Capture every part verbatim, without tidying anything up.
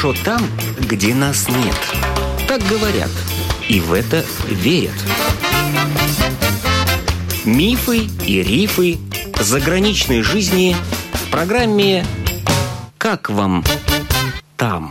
хорошо там, где нас нет. Так говорят, и в это верят. Мифы и рифы заграничной жизни в программе «Как вам там?».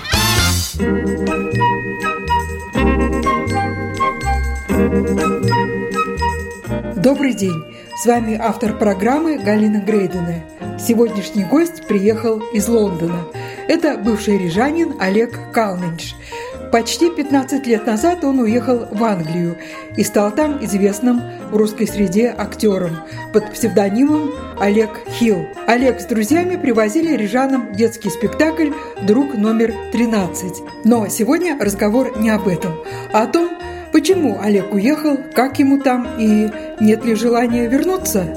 Добрый день! С вами автор программы Галина Грейдена. Сегодняшний гость приехал из Лондона. Это бывший рижанин Олег Калнинш. Почти пятнадцать лет назад он уехал в Англию и стал там известным в русской среде актером под псевдонимом Олег Хилл. Олег с друзьями привозили рижанам детский спектакль «Друг номер тринадцать». Но сегодня разговор не об этом, а о том, почему Олег уехал, как ему там и нет ли желания вернуться.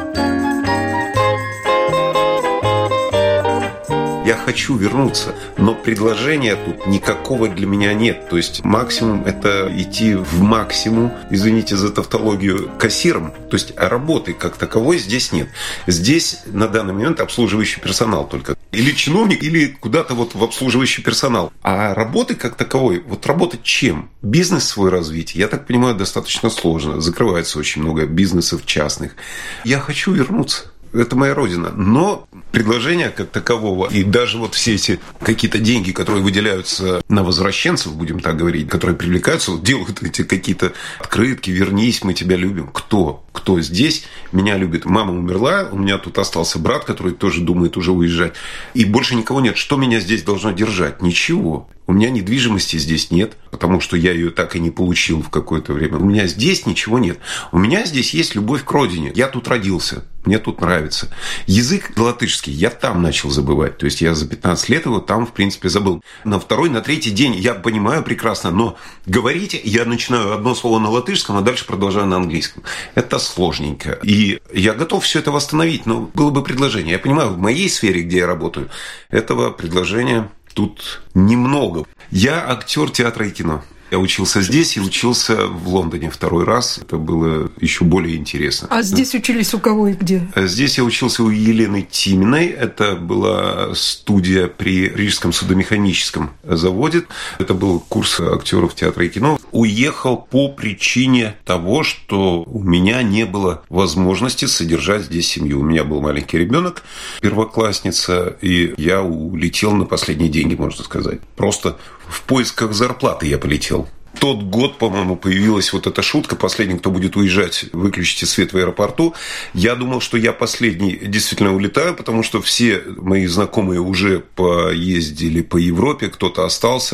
Я хочу вернуться, но предложения тут никакого для меня нет. То есть максимум – это идти в максимум, извините за тавтологию, кассиром. То есть работы как таковой здесь нет. Здесь на данный момент обслуживающий персонал только. Или чиновник, или куда-то вот в обслуживающий персонал. А работы как таковой, вот работать чем? Бизнес свой развить, я так понимаю, достаточно сложно. Закрывается очень много бизнесов частных. Я хочу вернуться. Это моя родина. Но предложения как такового, и даже вот все эти какие-то деньги, которые выделяются на возвращенцев, будем так говорить, которые привлекаются, делают эти какие-то открытки, вернись, мы тебя любим. Кто? Кто здесь меня любит? Мама умерла, у меня тут остался брат, который тоже думает уже уезжать. И больше никого нет. Что меня здесь должно держать? Ничего. У меня недвижимости здесь нет, потому что я ее так и не получил в какое-то время. У меня здесь ничего нет. У меня здесь есть любовь к родине. Я тут родился. Мне тут нравится. Язык латышский я там начал забывать. То есть я за пятнадцать лет его там, в принципе, забыл. На второй, на третий день я понимаю прекрасно, но говорить я начинаю одно слово на латышском, а дальше продолжаю на английском. Это сложненько. И я готов все это восстановить, но было бы предложение. Я понимаю, в моей сфере, где я работаю, этого предложения тут немного. Я актер театра и кино. Я учился здесь и учился в Лондоне второй раз. Это было еще более интересно. А здесь учились у кого и где? Здесь я учился у Елены Тиминой. Это была студия при Рижском судомеханическом заводе. Это был курс актеров театра и кино. Уехал по причине того, что у меня не было возможности содержать здесь семью. У меня был маленький ребенок, первоклассница, и я улетел на последние деньги, можно сказать. Просто в поисках зарплаты я полетел. Тот год, по-моему, появилась вот эта шутка: последний, кто будет уезжать, выключите свет в аэропорту. Я думал, что я последний действительно улетаю, потому что все мои знакомые уже поездили по Европе, кто-то остался,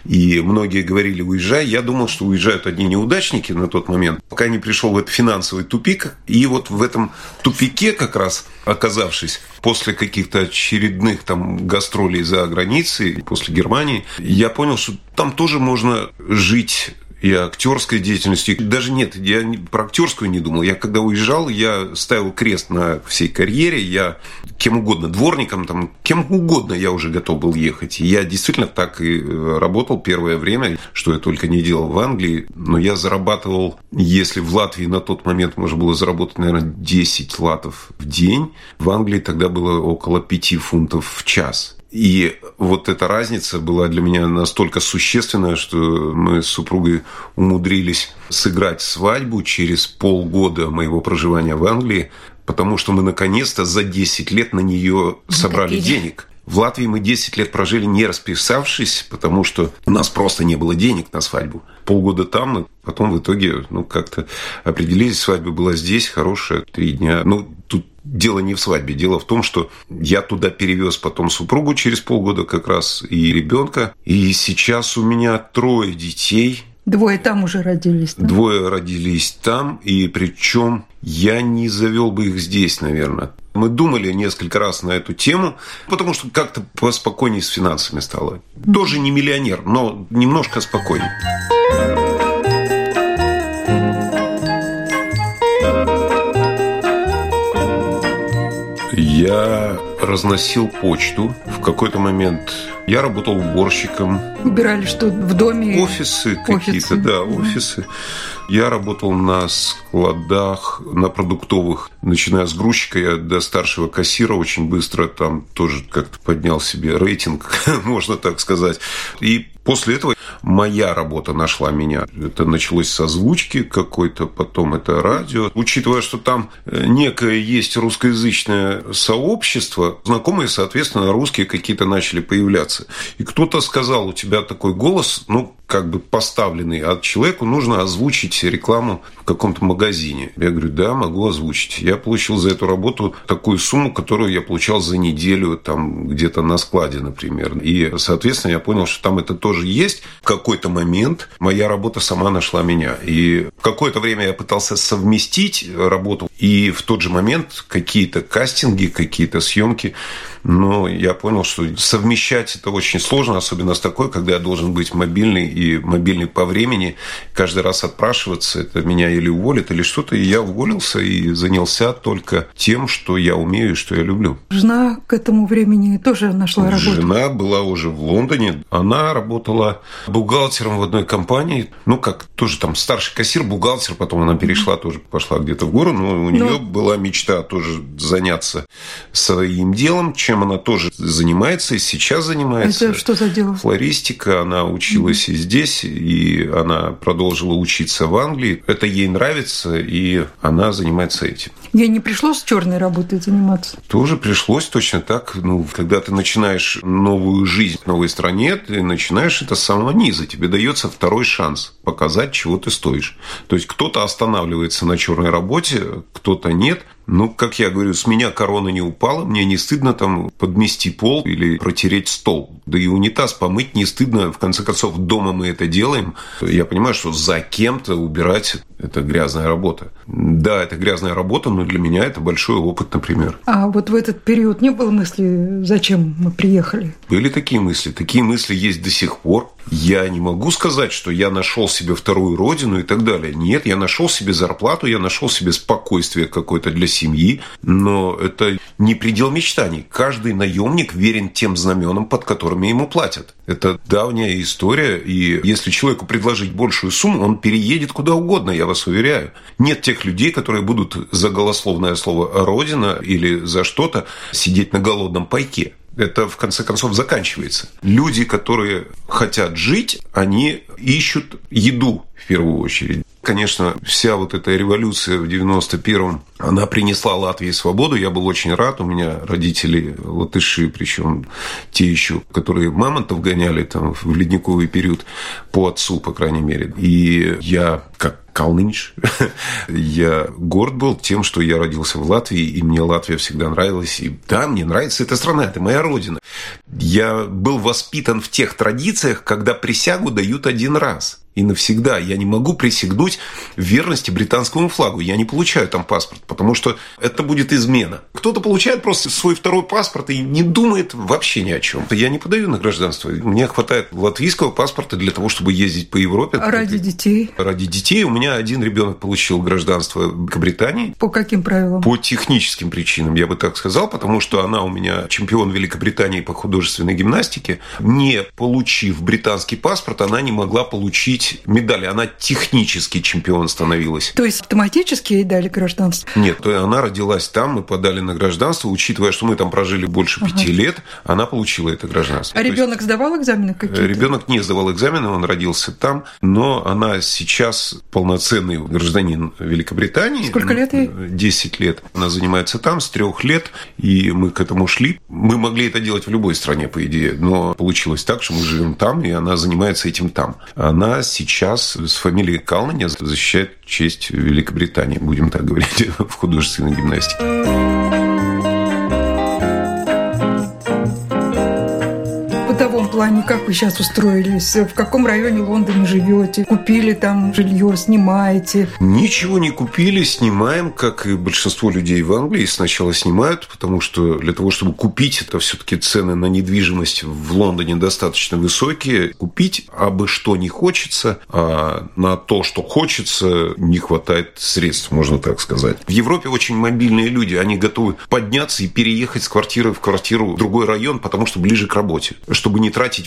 и многие говорили: уезжай. Я думал, что уезжают одни неудачники на тот момент, пока не пришел в этот финансовый тупик. И вот в этом тупике, как раз оказавшись, после каких-то очередных там гастролей за границей, после Германии, я понял, что там тоже можно жить и актерской деятельностью. Даже нет, я про актерскую не думал. Я когда уезжал, я ставил крест на всей карьере. Я кем угодно, дворником, там, кем угодно я уже готов был ехать. И я действительно так и работал первое время, что я только не делал в Англии. Но я зарабатывал, если в Латвии на тот момент можно было заработать, наверное, десять латов в день, в Англии тогда было около пяти фунтов в час. И вот эта разница была для меня настолько существенная, что мы с супругой умудрились сыграть свадьбу через полгода моего проживания в Англии, потому что мы наконец-то за десять лет на нее собрали денег. В Латвии мы десять лет прожили, не расписавшись, потому что у нас просто не было денег на свадьбу. Полгода там, и потом в итоге ну, как-то определились, свадьба была здесь, хорошая, три дня. Ну, тут дело не в свадьбе, дело в том, что я туда перевез потом супругу через полгода как раз и ребенка. И сейчас у меня трое детей. Двое там уже родились, да? Двое родились там, и причем я не завел бы их здесь, наверное. Мы думали несколько раз на эту тему, потому что как-то поспокойнее с финансами стало. Тоже не миллионер, но немножко спокойнее. Я разносил почту. В какой-то момент я работал уборщиком. Убирали что, в доме? Офисы какие-то, офисы. да, офисы. Я работал на складах, на продуктовых, начиная с грузчика я до старшего кассира очень быстро там тоже как-то поднял себе рейтинг, можно так сказать. И после этого моя работа нашла меня. Это началось с озвучки какой-то, потом это радио. Учитывая, что там некое есть русскоязычное сообщество, знакомые, соответственно, русские какие-то начали появляться. И кто-то сказал, у тебя такой голос, ну, как бы поставленный, а человеку нужно озвучить рекламу в каком-то магазине. Я говорю, да, могу озвучить. Я получил за эту работу такую сумму, которую я получал за неделю там где-то на складе, например. И, соответственно, я понял, что там это тоже есть. В какой-то момент моя работа сама нашла меня. И какое-то время я пытался совместить работу и в тот же момент какие-то кастинги, какие-то съемки. Но я понял, что совмещать это очень сложно, особенно с такой, когда я должен быть мобильный и мобильный по времени. Каждый раз отпрашиваться, это меня или уволят, или что-то. И я уволился и занялся только тем, что я умею и что я люблю. Жена к этому времени тоже нашла работу? Жена была уже в Лондоне. Она работала бухгалтером в одной компании. Ну, как тоже там старший кассир, бухгалтер. Потом она перешла, тоже пошла где-то в гору. Но у нее Но... была мечта тоже заняться своим делом, чем она тоже занимается и сейчас занимается. Это что за дело? Флористика. Она училась mm-hmm. и здесь, и она продолжила учиться в Англии. Это ей нравится, и она занимается этим. Ей не пришлось черной работой заниматься? Тоже пришлось точно так. Ну, когда ты начинаешь новую жизнь в новой стране, ты начинаешь это с самого низа. Тебе дается второй шанс показать, чего ты стоишь. То есть кто-то останавливается на черной работе, кто-то нет. Ну, как я говорю, с меня корона не упала, мне не стыдно там подмести пол или протереть стол. Да и унитаз помыть не стыдно. В конце концов, дома мы это делаем. Я понимаю, что за кем-то убирать – это грязная работа. Да, это грязная работа, но для меня это большой опыт, например. А вот в этот период не было мысли, зачем мы приехали? Были такие мысли. Такие мысли есть до сих пор. Я не могу сказать, что я нашел себе вторую родину и так далее. Нет, я нашел себе зарплату, я нашел себе спокойствие какое-то для семьи, но это не предел мечтаний. Каждый наемник верен тем знаменам, под которыми ему платят. Это давняя история, и если человеку предложить большую сумму, он переедет куда угодно, я вас уверяю. Нет тех людей, которые будут за голословное слово «родина» или за что-то сидеть на голодном пайке. Это, в конце концов, заканчивается. Люди, которые хотят жить, они ищут еду в первую очередь. Конечно, вся вот эта революция в девяносто первом, она принесла Латвии свободу. Я был очень рад. У меня родители латыши, причем те еще, которые мамонтов гоняли там в ледниковый период по отцу, по крайней мере. И я, как Калнинш, я горд был тем, что я родился в Латвии, и мне Латвия всегда нравилась. И да, мне нравится эта страна, это моя родина. Я был воспитан в тех традициях, когда присягу дают один раз. И навсегда. Я не могу присягнуть в верности британскому флагу. Я не получаю там паспорт, потому что это будет измена. Кто-то получает просто свой второй паспорт и не думает вообще ни о чем. Я не подаю на гражданство. Мне хватает латвийского паспорта для того, чтобы ездить по Европе. А ради детей? Ради детей. У меня один ребенок получил гражданство Великобритании. По каким правилам? По техническим причинам, я бы так сказал, потому что она у меня чемпион Великобритании по художественной гимнастике. Не получив британский паспорт, она не могла получить медали. Она технически чемпион становилась. То есть автоматически ей дали гражданство? Нет, она родилась там, мы подали на гражданство, учитывая, что мы там прожили больше ага. пяти лет, она получила это гражданство. А ребенок сдавал экзамены какие-то? Ребенок не сдавал экзамены, он родился там, но она сейчас полноценный гражданин Великобритании. Сколько лет ей? десять лет. Она занимается там с трех лет, и мы к этому шли. Мы могли это делать в любой стране, по идее, но получилось так, что мы живем там, и она занимается этим там. Она сейчас с фамилией Калнинш защищает честь Великобритании, будем так говорить, в художественной гимнастике. В бытовом плане, как вы сейчас устроились? В каком районе Лондона живете? Купили там жилье, снимаете? Ничего не купили, снимаем, как и большинство людей в Англии. Сначала снимают, потому что для того, чтобы купить, это все-таки цены на недвижимость в Лондоне достаточно высокие. Купить абы что не хочется, а на то, что хочется, не хватает средств, можно так сказать. В Европе очень мобильные люди, они готовы подняться и переехать с квартиры в квартиру в другой район, потому что ближе к работе, чтобы не тратить время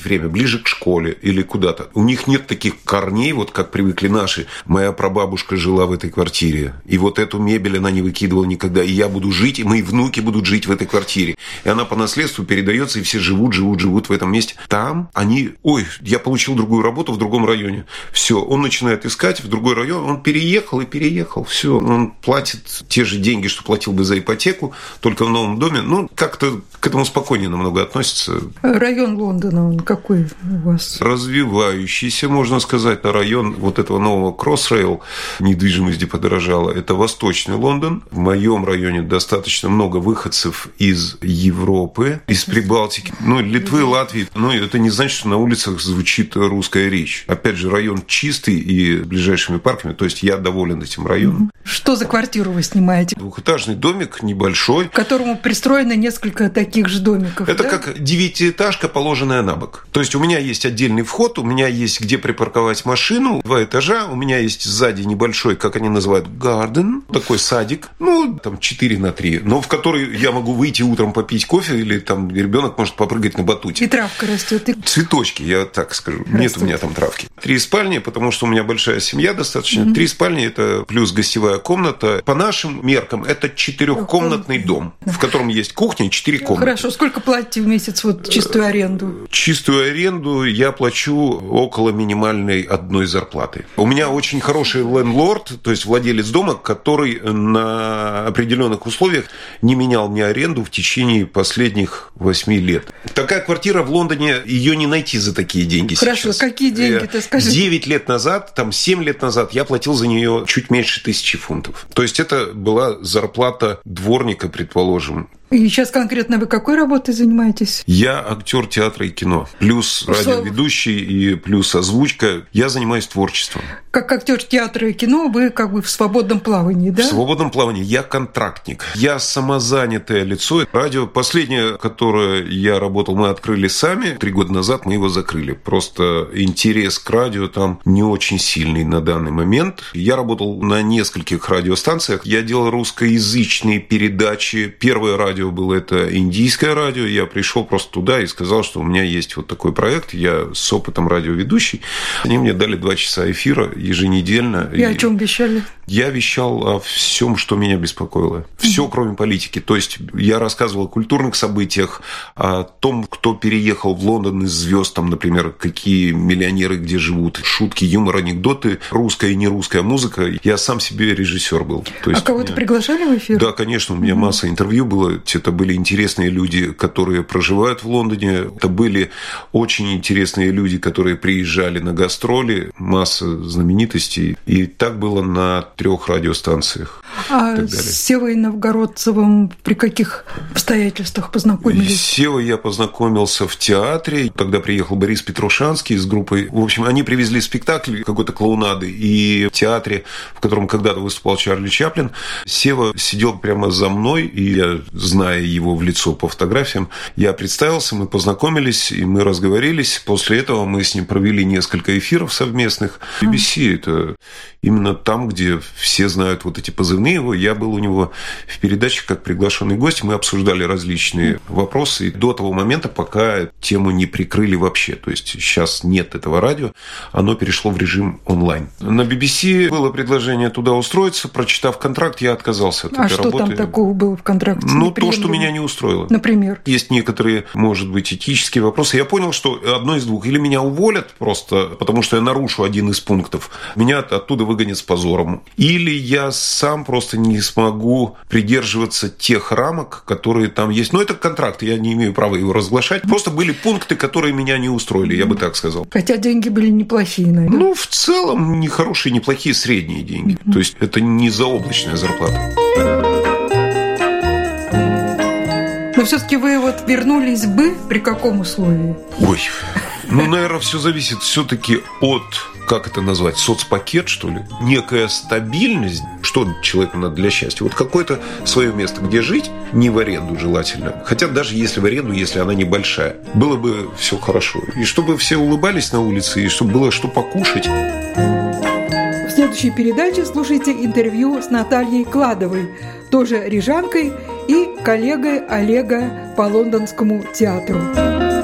время, ближе к школе или куда-то. У них нет таких корней, вот как привыкли наши. Моя прабабушка жила в этой квартире, и вот эту мебель она не выкидывала никогда, и я буду жить, и мои внуки будут жить в этой квартире. И она по наследству передается, и все живут, живут, живут в этом месте. Там они, ой, я получил другую работу в другом районе. Все, он начинает искать в другой район, он переехал и переехал, все, он платит те же деньги, что платил бы за ипотеку, только в новом доме. Ну, как-то к этому спокойнее намного относится. Район Лондона, он какой у вас? Развивающийся, можно сказать, район вот этого нового Crossrail, недвижимость где подорожала, это Восточный Лондон. В моем районе достаточно много выходцев из Европы, из Прибалтики, ну, Литвы, Латвии. Но это не значит, что на улицах звучит русская речь. Опять же, район чистый и с ближайшими парками, то есть я доволен этим районом. Что за квартиру вы снимаете? Двухэтажный домик, небольшой. К которому пристроено несколько таких же домиков. Это да? как девятиэтажка, положенная на бок. То есть у меня есть отдельный вход, у меня есть где припарковать машину, два этажа, у меня есть сзади небольшой, как они называют, гарден, такой садик, ну, там четыре на три, но в который я могу выйти утром попить кофе, или там ребенок может попрыгать на батуте. И травка растет. И... Цветочки, я так скажу. Растут. Нет у меня там травки. Три спальни, потому что у меня большая семья достаточно. Mm-hmm. Три спальни – это плюс гостевая комната. По нашим меркам это четырехкомнатный дом, в котором есть кухня и четыре комнаты. Хорошо. Сколько платите в месяц вот чистую аренду? Чистую аренду я плачу около минимальной одной зарплаты. У меня очень хороший лендлорд, то есть владелец дома, который на определенных условиях не менял мне аренду в течение последних восьми лет. Такая квартира в Лондоне, ее не найти за такие деньги. Хорошо, сейчас. Какие деньги, ты скажи? Девять лет назад, там семь лет назад я платил за нее чуть меньше тысячи фунтов. То есть это была зарплата дворника, предположим. И сейчас конкретно вы какой работой занимаетесь? Я актер театра и кино. Плюс радиоведущий и плюс озвучка. Я занимаюсь творчеством. Как актер театра и кино вы как бы в свободном плавании, да? В свободном плавании. Я контрактник. Я самозанятое лицо. Радио последнее, которое я работал, мы открыли сами. Три года назад мы его закрыли. Просто интерес к радио там не очень сильный на данный момент. Я работал на нескольких радиостанциях. Я делал русскоязычные передачи. Первое радио было это индийское радио. Я пришел просто туда и сказал, что у меня есть вот такой проект. Я с опытом радиоведущий. Они мне дали два часа эфира еженедельно. И, и о чем вещали? Я вещал о всем, что меня беспокоило. Все, mm-hmm. кроме политики. То есть я рассказывал о культурных событиях, о том, кто переехал в Лондон из звезд, там, например, какие миллионеры где живут, шутки, юмор, анекдоты, русская и нерусская музыка. Я сам себе режиссер был. То есть а кого-то меня... приглашали в эфир? Да, конечно, у меня mm-hmm. масса интервью было. Это были интересные люди, которые проживают в Лондоне. Это были очень интересные люди, которые приезжали на гастроли. Масса знаменитостей. И так было на трех радиостанциях. А с Севой Новгородцевым при каких обстоятельствах познакомились? С Севой я познакомился в театре. Тогда приехал Борис Петрошанский с группой. В общем, они привезли спектакль какой-то клоунады. И в театре, в котором когда-то выступал Чарли Чаплин, Сева сидел прямо за мной. И я, зная его в лицо по фотографиям, я представился, мы познакомились, и мы разговорились. После этого мы с ним провели несколько эфиров совместных. би би си – это именно там, где все знают вот эти позывные его. Я был у него в передаче как приглашенный гость. Мы обсуждали различные вопросы. И до того момента, пока тему не прикрыли вообще. То есть сейчас нет этого радио. Оно перешло в режим онлайн. На би би си было предложение туда устроиться. Прочитав контракт, я отказался от а этой работы. А что там такого было в контракте? Ну, то, что меня не устроило. Например? Есть некоторые, может быть, этические вопросы. Я понял, что одно из двух. Или меня уволят просто, потому что я нарушу один из пунктов. Меня оттуда выгонят с позором. Или я сам просто не смогу придерживаться тех рамок, которые там есть. Но это контракт, я не имею права его разглашать. Просто были пункты, которые меня не устроили, я бы так сказал. Хотя деньги были неплохие, наверное. Ну, в целом, не хорошие, неплохие, средние деньги. Mm-hmm. То есть это не заоблачная зарплата. Но все-таки вы вот вернулись бы при каком условии? Ой, ну, наверное, все зависит все-таки от, как это назвать, соцпакет, что ли? Некая стабильность. Что человеку надо для счастья? Вот какое-то свое место, где жить, не в аренду желательно. Хотя даже если в аренду, если она небольшая, было бы все хорошо. И чтобы все улыбались на улице, и чтобы было что покушать. В следующей передаче слушайте интервью с Натальей Кладовой, тоже рижанкой и коллегой Олега по Лондонскому театру.